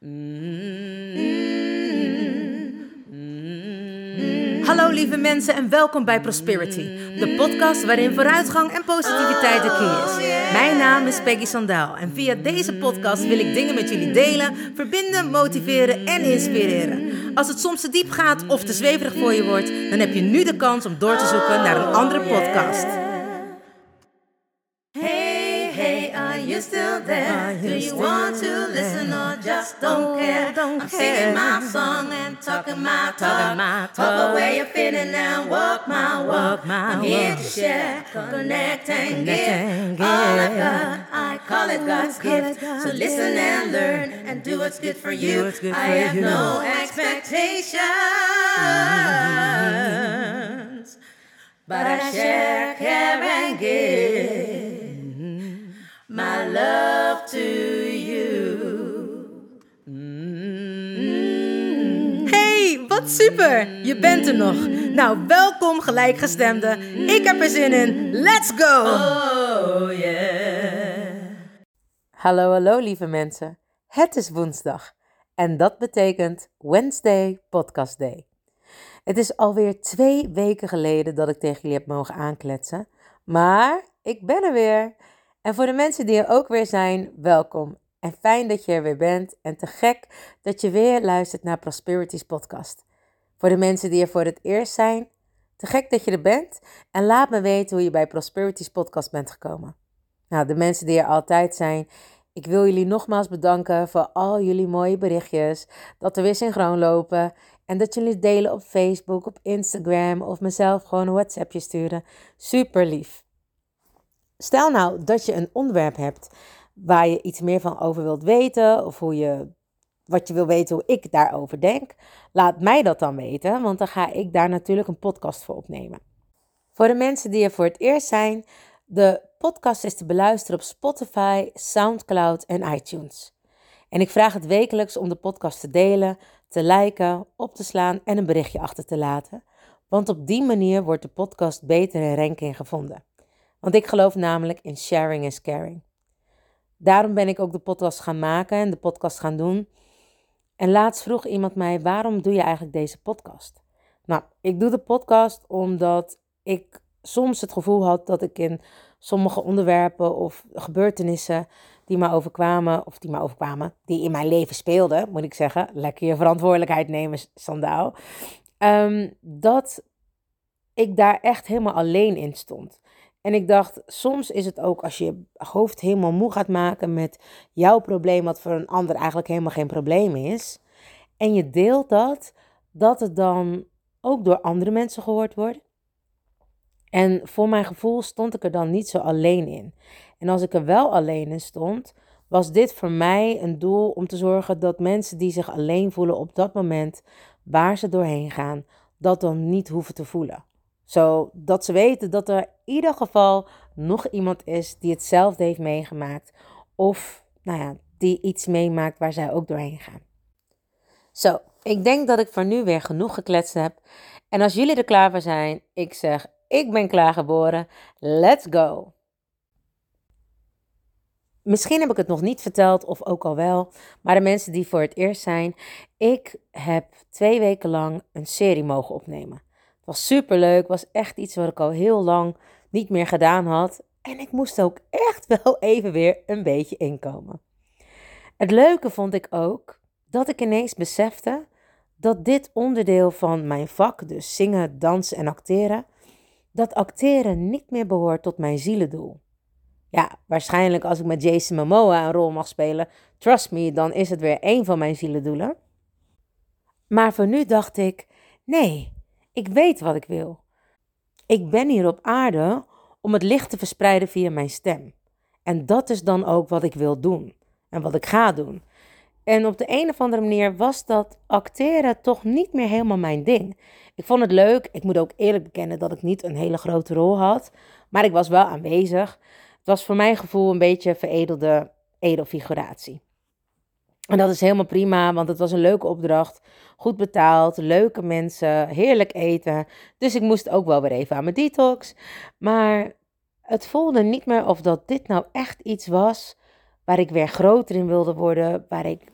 Hallo lieve mensen en welkom bij Prosperity, de podcast waarin vooruitgang en positiviteit de key is. Mijn naam is Peggy Sandaal en via deze podcast wil ik dingen met jullie delen, verbinden, motiveren en inspireren. Als het soms te diep gaat of te zweverig voor je wordt, dan heb je nu de kans om door te zoeken naar een andere podcast. Hey, are you still there? Do you want to listen or just don't care? I'm singing my song and talking my talk. Talk where you're feeling and walk my walk. I'm here to share, connect and give. All I've got, I call it God's gift. So listen and learn and do what's good for you. I have no expectations, but I share, care and give my love to you. Hey, wat super! Je bent er nog. Nou, welkom gelijkgestemden. Ik heb er zin in. Let's go! Oh yeah. Hallo lieve mensen. Het is woensdag. En dat betekent Wednesday Podcast Day. Het is alweer 2 weken geleden dat ik tegen jullie heb mogen aankletsen. Maar ik ben er weer. En voor de mensen die er ook weer zijn, welkom. En fijn dat je er weer bent. En te gek dat je weer luistert naar Prosperity's podcast. Voor de mensen die er voor het eerst zijn, te gek dat je er bent. En laat me weten hoe je bij Prosperity's podcast bent gekomen. Nou, de mensen die er altijd zijn, ik wil jullie nogmaals bedanken voor al jullie mooie berichtjes. Dat we weer synchroon lopen. En dat jullie delen op Facebook, op Instagram of mezelf gewoon een WhatsAppje sturen. Super lief. Stel nou dat je een onderwerp hebt waar je iets meer van over wilt weten of wat je wil weten hoe ik daarover denk. Laat mij dat dan weten, want dan ga ik daar natuurlijk een podcast voor opnemen. Voor de mensen die er voor het eerst zijn, de podcast is te beluisteren op Spotify, Soundcloud en iTunes. En ik vraag het wekelijks om de podcast te delen, te liken, op te slaan en een berichtje achter te laten. Want op die manier wordt de podcast beter in ranking gevonden. Want ik geloof namelijk in sharing is caring. Daarom ben ik ook de podcast gaan maken en de podcast gaan doen. En laatst vroeg iemand mij, waarom doe je eigenlijk deze podcast? Nou, ik doe de podcast omdat ik soms het gevoel had dat ik in sommige onderwerpen of gebeurtenissen die in mijn leven speelden, moet ik zeggen. Lekker je verantwoordelijkheid nemen, Sandaal. Dat ik daar echt helemaal alleen in stond. En ik dacht, soms is het ook als je je hoofd helemaal moe gaat maken met jouw probleem, wat voor een ander eigenlijk helemaal geen probleem is. En je deelt dat het dan ook door andere mensen gehoord wordt. En voor mijn gevoel stond ik er dan niet zo alleen in. En als ik er wel alleen in stond, was dit voor mij een doel om te zorgen dat mensen die zich alleen voelen op dat moment waar ze doorheen gaan, dat dan niet hoeven te voelen. Zodat ze weten dat er in ieder geval nog iemand is die hetzelfde heeft meegemaakt. Of die iets meemaakt waar zij ook doorheen gaan. Ik denk dat ik voor nu weer genoeg gekletst heb. En als jullie er klaar voor zijn, ik zeg, ik ben klaargeboren. Let's go! Misschien heb ik het nog niet verteld of ook al wel. Maar de mensen die voor het eerst zijn, ik heb 2 weken lang een serie mogen opnemen. Het was superleuk, was echt iets wat ik al heel lang niet meer gedaan had. En ik moest ook echt wel even weer een beetje inkomen. Het leuke vond ik ook dat ik ineens besefte dat dit onderdeel van mijn vak, dus zingen, dansen en acteren, dat acteren niet meer behoort tot mijn zielendoel. Ja, waarschijnlijk als ik met Jason Momoa een rol mag spelen, trust me, dan is het weer een van mijn zielendoelen. Maar voor nu dacht ik, nee, ik weet wat ik wil. Ik ben hier op aarde om het licht te verspreiden via mijn stem. En dat is dan ook wat ik wil doen en wat ik ga doen. En op de een of andere manier was dat acteren toch niet meer helemaal mijn ding. Ik vond het leuk. Ik moet ook eerlijk bekennen dat ik niet een hele grote rol had. Maar ik was wel aanwezig. Het was voor mijn gevoel een beetje veredelde edelfiguratie. En dat is helemaal prima, want het was een leuke opdracht. Goed betaald, leuke mensen, heerlijk eten. Dus ik moest ook wel weer even aan mijn detox. Maar het voelde niet meer of dat dit nou echt iets was waar ik weer groter in wilde worden. Waar ik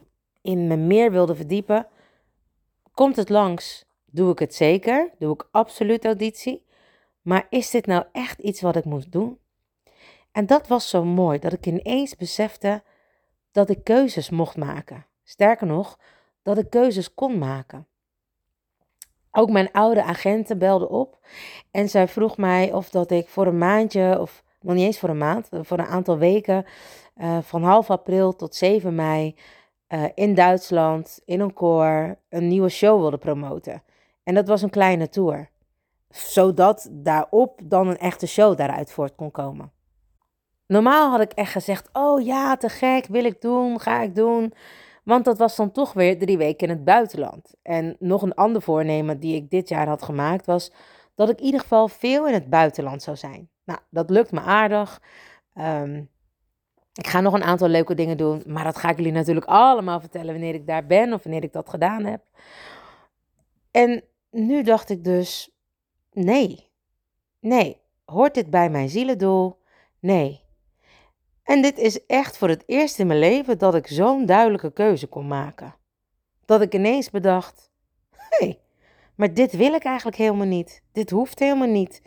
in me meer wilde verdiepen. Komt het langs? Doe ik het zeker? Doe ik absoluut auditie? Maar is dit nou echt iets wat ik moet doen? En dat was zo mooi, dat ik ineens besefte dat ik keuzes mocht maken. Sterker nog, dat ik keuzes kon maken. Ook mijn oude agenten belde op en zij vroeg mij of dat ik voor een maandje, of nog niet eens voor een maand, voor een aantal weken, van half april tot 7 mei in Duitsland, in een koor, een nieuwe show wilde promoten. En dat was een kleine tour, zodat daarop dan een echte show daaruit voort kon komen. Normaal had ik echt gezegd, oh ja, te gek, wil ik doen, ga ik doen. Want dat was dan toch weer 3 weken in het buitenland. En nog een ander voornemen die ik dit jaar had gemaakt was dat ik in ieder geval veel in het buitenland zou zijn. Nou, dat lukt me aardig. Ik ga nog een aantal leuke dingen doen, maar dat ga ik jullie natuurlijk allemaal vertellen wanneer ik daar ben of wanneer ik dat gedaan heb. En nu dacht ik dus, nee, hoort dit bij mijn zielendoel? Nee. En dit is echt voor het eerst in mijn leven dat ik zo'n duidelijke keuze kon maken. Dat ik ineens bedacht, hé, maar dit wil ik eigenlijk helemaal niet. Dit hoeft helemaal niet.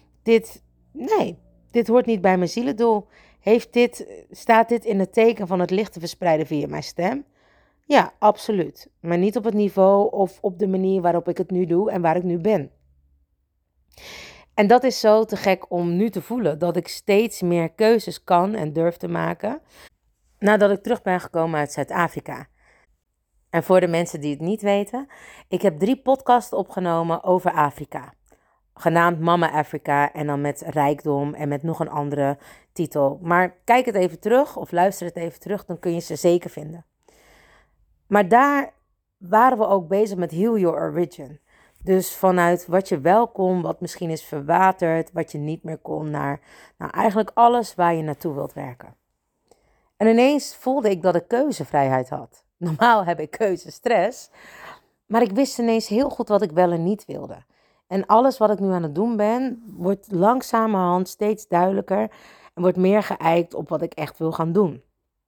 Dit hoort niet bij mijn zielendoel. Staat dit in het teken van het licht te verspreiden via mijn stem? Ja, absoluut. Maar niet op het niveau of op de manier waarop ik het nu doe en waar ik nu ben. En dat is zo te gek om nu te voelen, dat ik steeds meer keuzes kan en durf te maken nadat ik terug ben gekomen uit Zuid-Afrika. En voor de mensen die het niet weten, ik heb 3 podcasts opgenomen over Afrika. Genaamd Mama Afrika en dan met rijkdom en met nog een andere titel. Maar kijk het even terug of luister het even terug, dan kun je ze zeker vinden. Maar daar waren we ook bezig met Heal Your Origin. Dus vanuit wat je wel kon, wat misschien is verwaterd, wat je niet meer kon, naar eigenlijk alles waar je naartoe wilt werken. En ineens voelde ik dat ik keuzevrijheid had. Normaal heb ik keuzestress, maar ik wist ineens heel goed wat ik wel en niet wilde. En alles wat ik nu aan het doen ben, wordt langzamerhand steeds duidelijker en wordt meer geëikt op wat ik echt wil gaan doen.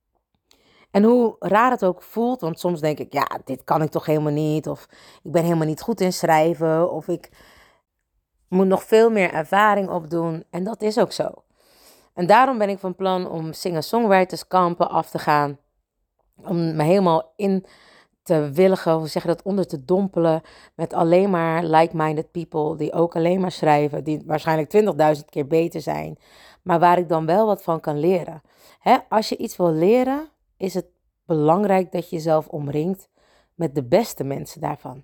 En hoe raar het ook voelt, want soms denk ik, ja, dit kan ik toch helemaal niet. Of ik ben helemaal niet goed in schrijven. Of ik moet nog veel meer ervaring opdoen. En dat is ook zo. En daarom ben ik van plan om singer-songwriterskampen af te gaan. Om me helemaal in te willigen, hoe zeg je dat, onder te dompelen. Met alleen maar like-minded people die ook alleen maar schrijven. Die waarschijnlijk 20.000 keer beter zijn. Maar waar ik dan wel wat van kan leren. Als je iets wil leren, is het belangrijk dat je jezelf omringt met de beste mensen daarvan.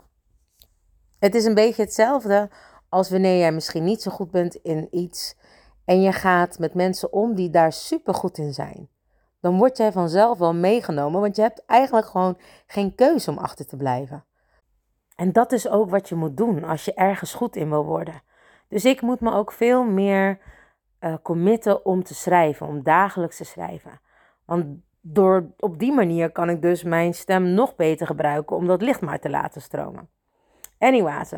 Het is een beetje hetzelfde als wanneer jij misschien niet zo goed bent in iets en je gaat met mensen om die daar super goed in zijn. Dan word jij vanzelf wel meegenomen, want je hebt eigenlijk gewoon geen keuze om achter te blijven. En dat is ook wat je moet doen als je ergens goed in wil worden. Dus ik moet me ook veel meer committen om te schrijven, om dagelijks te schrijven. Want op die manier kan ik dus mijn stem nog beter gebruiken om dat licht maar te laten stromen. Anyways,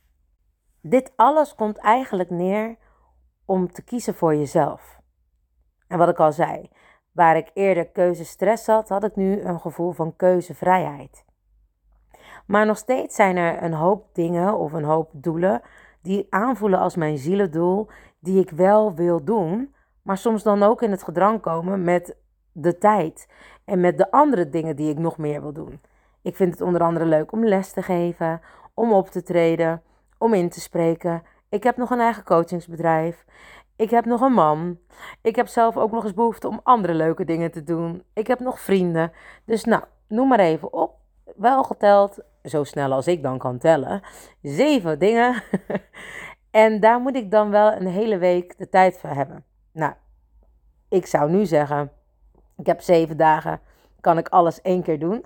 dit alles komt eigenlijk neer om te kiezen voor jezelf. En wat ik al zei, waar ik eerder keuzestress had, had ik nu een gevoel van keuzevrijheid. Maar nog steeds zijn er een hoop dingen of een hoop doelen die aanvoelen als mijn zielendoel, die ik wel wil doen, maar soms dan ook in het gedrang komen met de tijd en met de andere dingen die ik nog meer wil doen. Ik vind het onder andere leuk om les te geven, om op te treden, om in te spreken. Ik heb nog een eigen coachingsbedrijf. Ik heb nog een man. Ik heb zelf ook nog eens behoefte om andere leuke dingen te doen. Ik heb nog vrienden. Dus noem maar even op. Wel geteld, zo snel als ik dan kan tellen, 7 dingen. En daar moet ik dan wel een hele week de tijd voor hebben. Ik zou nu zeggen, ik heb 7 dagen, kan ik alles 1 keer doen.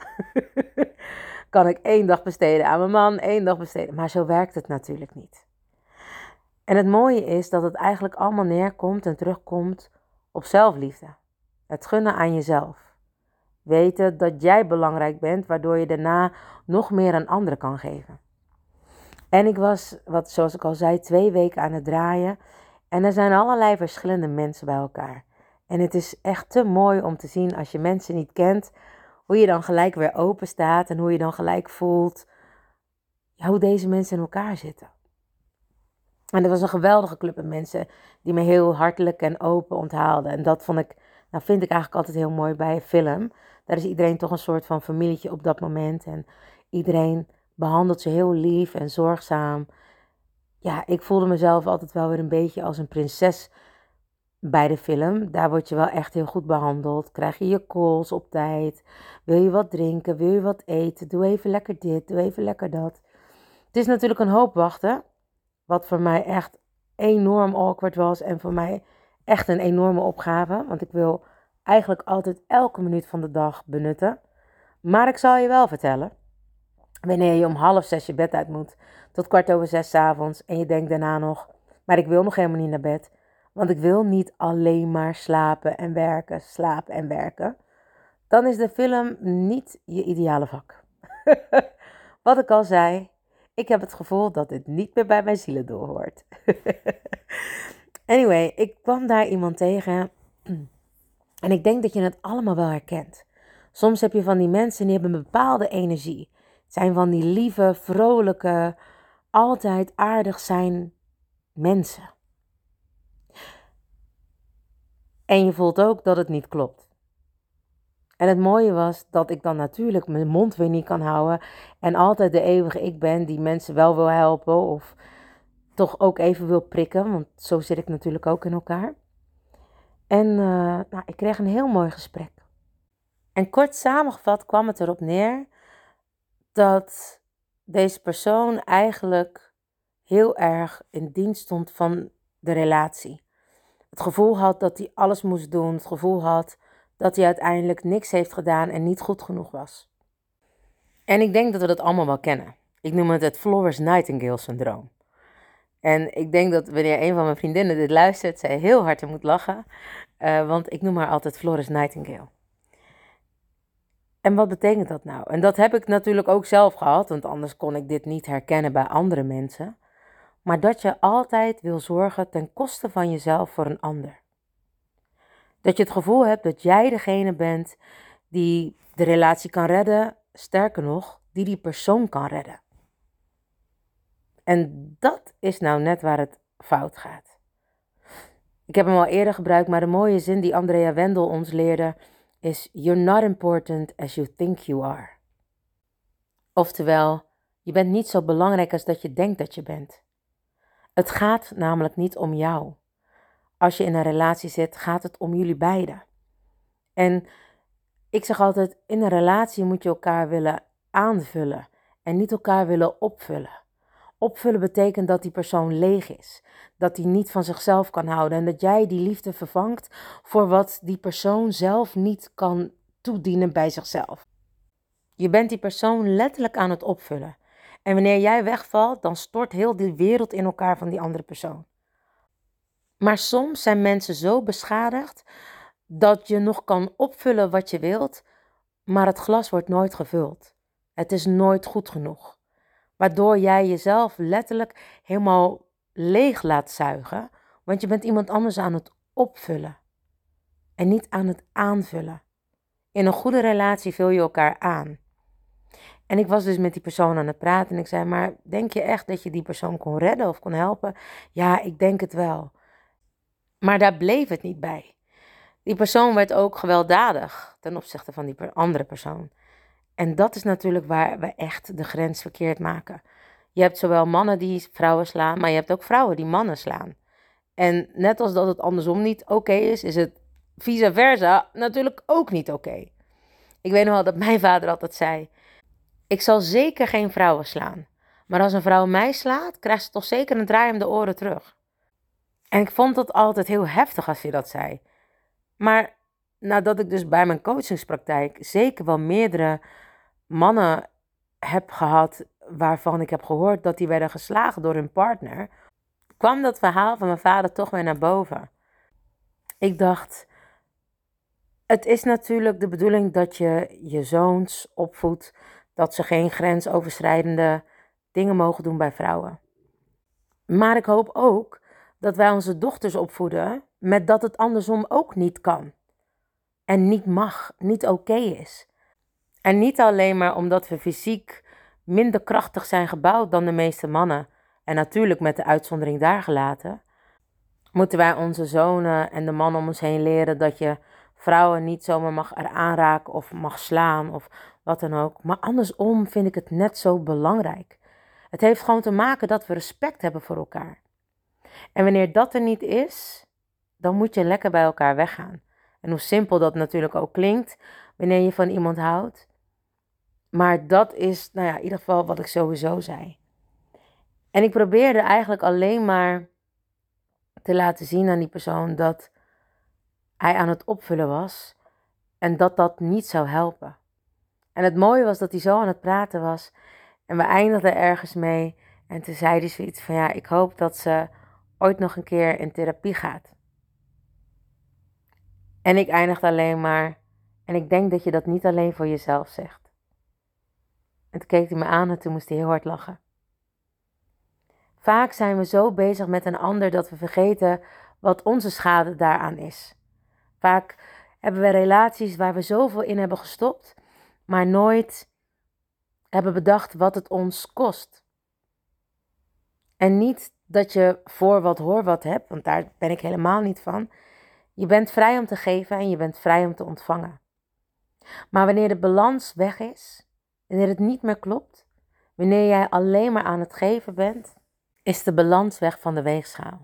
Kan ik 1 dag besteden aan mijn man, 1 dag besteden. Maar zo werkt het natuurlijk niet. En het mooie is dat het eigenlijk allemaal neerkomt en terugkomt op zelfliefde. Het gunnen aan jezelf. Weten dat jij belangrijk bent, waardoor je daarna nog meer aan anderen kan geven. En ik was, zoals ik al zei, 2 weken aan het draaien. En er zijn allerlei verschillende mensen bij elkaar. En het is echt te mooi om te zien als je mensen niet kent, hoe je dan gelijk weer open staat en hoe je dan gelijk voelt hoe deze mensen in elkaar zitten. En er was een geweldige club met mensen die me heel hartelijk en open onthaalden. En dat vind ik eigenlijk altijd heel mooi bij een film. Daar is iedereen toch een soort van familietje op dat moment. En iedereen behandelt ze heel lief en zorgzaam. Ja, ik voelde mezelf altijd wel weer een beetje als een prinses bij de film. Daar word je wel echt heel goed behandeld. Krijg je je calls op tijd. Wil je wat drinken? Wil je wat eten? Doe even lekker dit. Doe even lekker dat. Het is natuurlijk een hoop wachten. Wat voor mij echt enorm awkward was. En voor mij echt een enorme opgave. Want ik wil eigenlijk altijd elke minuut van de dag benutten. Maar ik zal je wel vertellen. Wanneer je om 5:30 je bed uit moet. Tot 5:15 's avonds. En je denkt daarna nog. Maar ik wil nog helemaal niet naar bed. Want ik wil niet alleen maar slapen en werken. Slapen en werken. Dan is de film niet je ideale vak. Wat ik al zei. Ik heb het gevoel dat dit niet meer bij mijn zielendoel hoort. Anyway, ik kwam daar iemand tegen. En ik denk dat je het allemaal wel herkent. Soms heb je van die mensen die hebben een bepaalde energie. Het zijn van die lieve, vrolijke, altijd aardig zijn mensen. En je voelt ook dat het niet klopt. En het mooie was dat ik dan natuurlijk mijn mond weer niet kan houden. En altijd de eeuwige ik ben die mensen wel wil helpen. Of toch ook even wil prikken. Want zo zit ik natuurlijk ook in elkaar. En ik kreeg een heel mooi gesprek. En kort samengevat kwam het erop neer dat deze persoon eigenlijk heel erg in dienst stond van de relatie. Het gevoel had dat hij alles moest doen. Het gevoel had dat hij uiteindelijk niks heeft gedaan en niet goed genoeg was. En ik denk dat we dat allemaal wel kennen. Ik noem het Florence Nightingale syndroom. En ik denk dat wanneer een van mijn vriendinnen dit luistert, zij heel hard moet lachen. Want ik noem haar altijd Florence Nightingale. En wat betekent dat nou? En dat heb ik natuurlijk ook zelf gehad, want anders kon ik dit niet herkennen bij andere mensen. Maar dat je altijd wil zorgen ten koste van jezelf voor een ander. Dat je het gevoel hebt dat jij degene bent die de relatie kan redden, sterker nog, die persoon kan redden. En dat is nou net waar het fout gaat. Ik heb hem al eerder gebruikt, maar de mooie zin die Andrea Wendel ons leerde is: You're not important as you think you are. Oftewel, je bent niet zo belangrijk als dat je denkt dat je bent. Het gaat namelijk niet om jou. Als je in een relatie zit, gaat het om jullie beiden. En ik zeg altijd, in een relatie moet je elkaar willen aanvullen en niet elkaar willen opvullen. Opvullen betekent dat die persoon leeg is, dat hij niet van zichzelf kan houden en dat jij die liefde vervangt voor wat die persoon zelf niet kan toedienen bij zichzelf. Je bent die persoon letterlijk aan het opvullen. En wanneer jij wegvalt, dan stort heel die wereld in elkaar van die andere persoon. Maar soms zijn mensen zo beschadigd dat je nog kan opvullen wat je wilt, maar het glas wordt nooit gevuld. Het is nooit goed genoeg. Waardoor jij jezelf letterlijk helemaal leeg laat zuigen, want je bent iemand anders aan het opvullen en niet aan het aanvullen. In een goede relatie vul je elkaar aan. En ik was dus met die persoon aan het praten en ik zei, maar denk je echt dat je die persoon kon redden of kon helpen? Ja, ik denk het wel. Maar daar bleef het niet bij. Die persoon werd ook gewelddadig ten opzichte van die andere persoon. En dat is natuurlijk waar we echt de grens verkeerd maken. Je hebt zowel mannen die vrouwen slaan, maar je hebt ook vrouwen die mannen slaan. En net als dat het andersom niet oké is, is het vice versa natuurlijk ook niet oké. Ik weet nog wel dat mijn vader altijd zei, ik zal zeker geen vrouwen slaan. Maar als een vrouw mij slaat, krijgt ze toch zeker een draai om de oren terug. En ik vond dat altijd heel heftig als hij dat zei. Maar nadat ik dus bij mijn coachingspraktijk zeker wel meerdere mannen heb gehad waarvan ik heb gehoord dat die werden geslagen door hun partner, kwam dat verhaal van mijn vader toch weer naar boven. Ik dacht, het is natuurlijk de bedoeling dat je je zoons opvoedt, dat ze geen grensoverschrijdende dingen mogen doen bij vrouwen. Maar ik hoop ook dat wij onze dochters opvoeden met dat het andersom ook niet kan. En niet mag, niet oké is. En niet alleen maar omdat we fysiek minder krachtig zijn gebouwd dan de meeste mannen. En natuurlijk met de uitzondering daar gelaten. Moeten wij onze zonen en de mannen om ons heen leren dat je vrouwen niet zomaar mag aanraken of mag slaan of wat dan ook. Maar andersom vind ik het net zo belangrijk. Het heeft gewoon te maken dat we respect hebben voor elkaar. En wanneer dat er niet is, dan moet je lekker bij elkaar weggaan. En hoe simpel dat natuurlijk ook klinkt, wanneer je van iemand houdt. Maar dat is, in ieder geval wat ik sowieso zei. En ik probeerde eigenlijk alleen maar te laten zien aan die persoon dat hij aan het opvullen was en dat dat niet zou helpen. En het mooie was dat hij zo aan het praten was en we eindigden ergens mee en toen zei hij zoiets van ik hoop dat ze ooit nog een keer in therapie gaat. En ik eindigde alleen maar en ik denk dat je dat niet alleen voor jezelf zegt. En toen keek hij me aan en toen moest hij heel hard lachen. Vaak zijn we zo bezig met een ander dat we vergeten wat onze schade daaraan is. Vaak hebben we relaties waar we zoveel in hebben gestopt, maar nooit hebben bedacht wat het ons kost. En niet dat je voor wat hoor wat hebt, want daar ben ik helemaal niet van. Je bent vrij om te geven en je bent vrij om te ontvangen. Maar wanneer de balans weg is, wanneer het niet meer klopt, wanneer jij alleen maar aan het geven bent, is de balans weg van de weegschaal.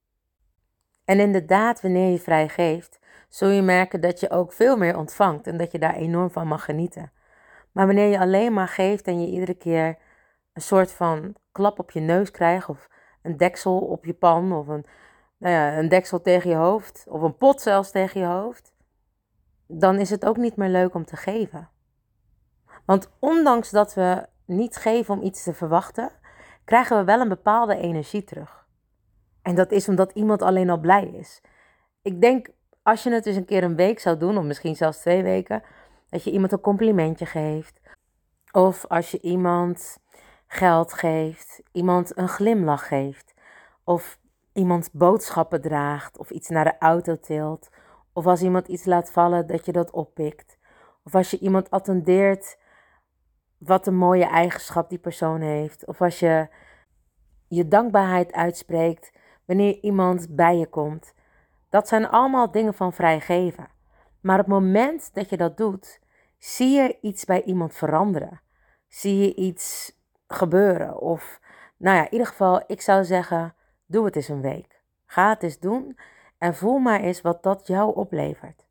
En inderdaad, wanneer je vrij geeft, zul je merken dat je ook veel meer ontvangt en dat je daar enorm van mag genieten. Maar wanneer je alleen maar geeft en je iedere keer een soort van klap op je neus krijgt of een deksel op je pan of een deksel tegen je hoofd of een pot zelfs tegen je hoofd, dan is het ook niet meer leuk om te geven. Want ondanks dat we niet geven om iets te verwachten, krijgen we wel een bepaalde energie terug. En dat is omdat iemand alleen al blij is. Ik denk, als je het dus een keer een week zou doen, of misschien zelfs 2 weken, dat je iemand een complimentje geeft. Of als je iemand geld geeft, iemand een glimlach geeft. Of iemand boodschappen draagt, of iets naar de auto tilt. Of als iemand iets laat vallen, dat je dat oppikt. Of als je iemand attendeert wat een mooie eigenschap die persoon heeft. Of als je je dankbaarheid uitspreekt wanneer iemand bij je komt. Dat zijn allemaal dingen van vrijgeven. Maar op het moment dat je dat doet, zie je iets bij iemand veranderen. Zie je iets gebeuren. Of, in ieder geval, ik zou zeggen, doe het eens een week. Ga het eens doen en voel maar eens wat dat jou oplevert.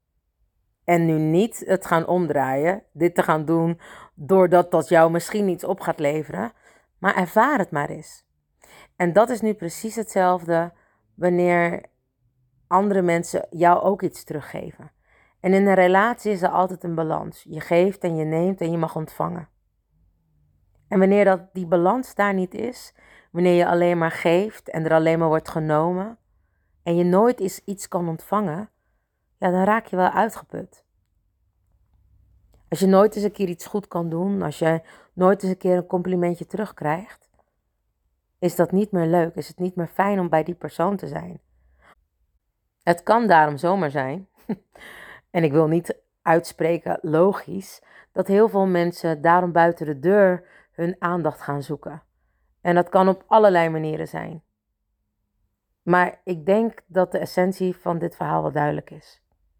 En nu niet het gaan omdraaien, dit te gaan doen, doordat dat jou misschien iets op gaat leveren. Maar ervaar het maar eens. En dat is nu precies hetzelfde wanneer andere mensen jou ook iets teruggeven. En in een relatie is er altijd een balans. Je geeft en je neemt en je mag ontvangen. En wanneer die balans daar niet is, wanneer je alleen maar geeft en er alleen maar wordt genomen en je nooit eens iets kan ontvangen, dan raak je wel uitgeput. Als je nooit eens een keer iets goed kan doen, als je nooit eens een keer een complimentje terugkrijgt, is dat niet meer leuk, is het niet meer fijn om bij die persoon te zijn. Het kan daarom zomaar zijn, en ik wil niet uitspreken logisch, dat heel veel mensen daarom buiten de deur hun aandacht gaan zoeken. En dat kan op allerlei manieren zijn. Maar ik denk dat de essentie van dit verhaal wel duidelijk is.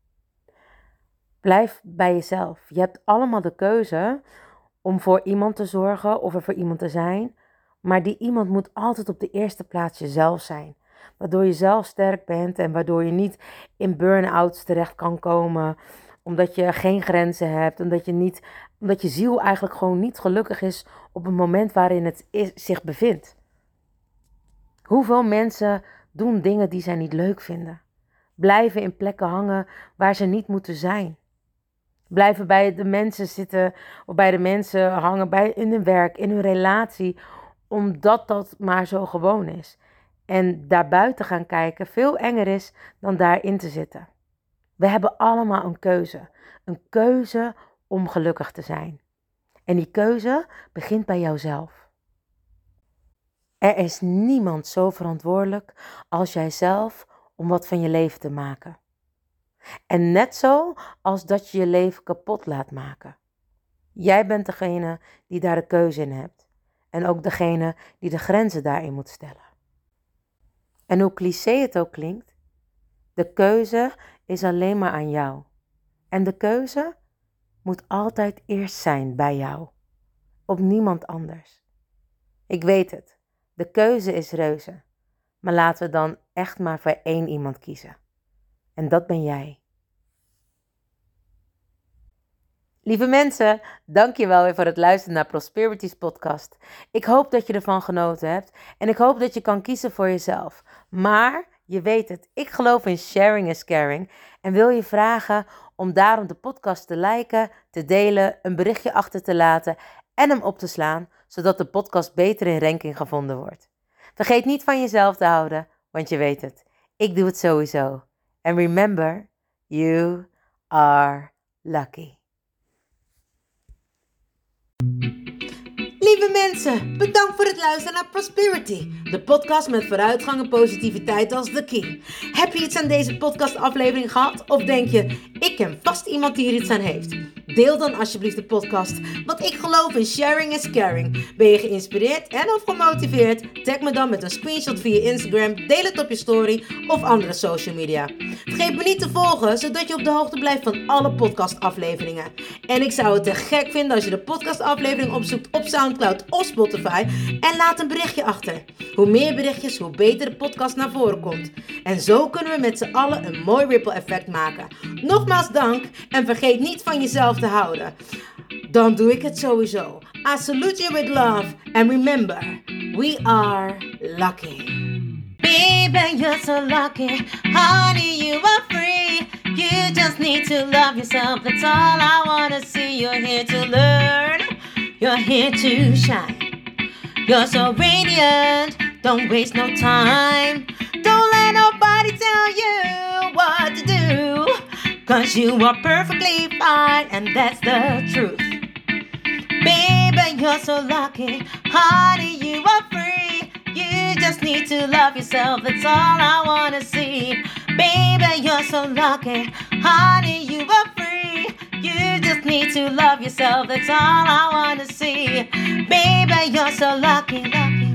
Blijf bij jezelf. Je hebt allemaal de keuze om voor iemand te zorgen of er voor iemand te zijn. Maar die iemand moet altijd op de eerste plaats jezelf zijn. Waardoor je zelf sterk bent en waardoor je niet in burn-outs terecht kan komen. Omdat je geen grenzen hebt. Omdat je ziel eigenlijk gewoon niet gelukkig is op het moment waarin het zich bevindt. Hoeveel mensen doen dingen die zij niet leuk vinden? Blijven in plekken hangen waar ze niet moeten zijn. Blijven bij de mensen zitten of bij de mensen hangen in hun werk, in hun relatie, omdat dat maar zo gewoon is. En daarbuiten gaan kijken veel enger is dan daarin te zitten. We hebben allemaal een keuze. Een keuze om gelukkig te zijn. En die keuze begint bij jouzelf. Er is niemand zo verantwoordelijk als jijzelf om wat van je leven te maken. En net zo als dat je je leven kapot laat maken. Jij bent degene die daar de keuze in hebt. En ook degene die de grenzen daarin moet stellen. En hoe cliché het ook klinkt, de keuze is alleen maar aan jou. En de keuze moet altijd eerst zijn bij jou. Op niemand anders. Ik weet het, de keuze is reuze. Maar laten we dan echt maar voor één iemand kiezen. En dat ben jij. Lieve mensen, dankjewel weer voor het luisteren naar Prosperities podcast. Ik hoop dat je ervan genoten hebt en ik hoop dat je kan kiezen voor jezelf. Maar, je weet het, ik geloof in sharing is caring en wil je vragen om daarom de podcast te liken, te delen, een berichtje achter te laten en hem op te slaan, zodat de podcast beter in ranking gevonden wordt. Vergeet niet van jezelf te houden, want je weet het, ik doe het sowieso. And remember, you are lucky. Lieve mensen, bedankt voor het luisteren naar Prosperity, de podcast met vooruitgang en positiviteit als the key. Heb je iets aan deze podcastaflevering gehad of denk je, ik ken vast iemand die hier iets aan heeft? Deel dan alsjeblieft de podcast, want ik geloof in sharing is caring. Ben je geïnspireerd en of gemotiveerd? Tag me dan met een screenshot via Instagram, deel het op je story of andere social media. Vergeet me niet te volgen, zodat je op de hoogte blijft van alle podcastafleveringen. En ik zou het te gek vinden als je de podcastaflevering opzoekt op SoundCloud of Spotify en laat een berichtje achter. Hoe meer berichtjes, hoe beter de podcast naar voren komt. En zo kunnen we met z'n allen een mooi ripple effect maken. Nogmaals dank en vergeet niet van jezelf te houden. Dan doe ik het sowieso. I salute you with love and remember, we are lucky. Baby, you're so lucky. Honey, you are free. You just need to love yourself. That's all I wanna see. You're here to learn. You're here to shine. You're so radiant. Don't waste no time. Don't let nobody tell you what to do. 'Cause you are perfectly fine. And that's the truth. Baby, you're so lucky. Honey, you are free. You just need to love yourself. That's all I wanna see. Baby, you're so lucky. Honey, you are free. You just need to love yourself. That's all I wanna see. Baby, you're so lucky, lucky.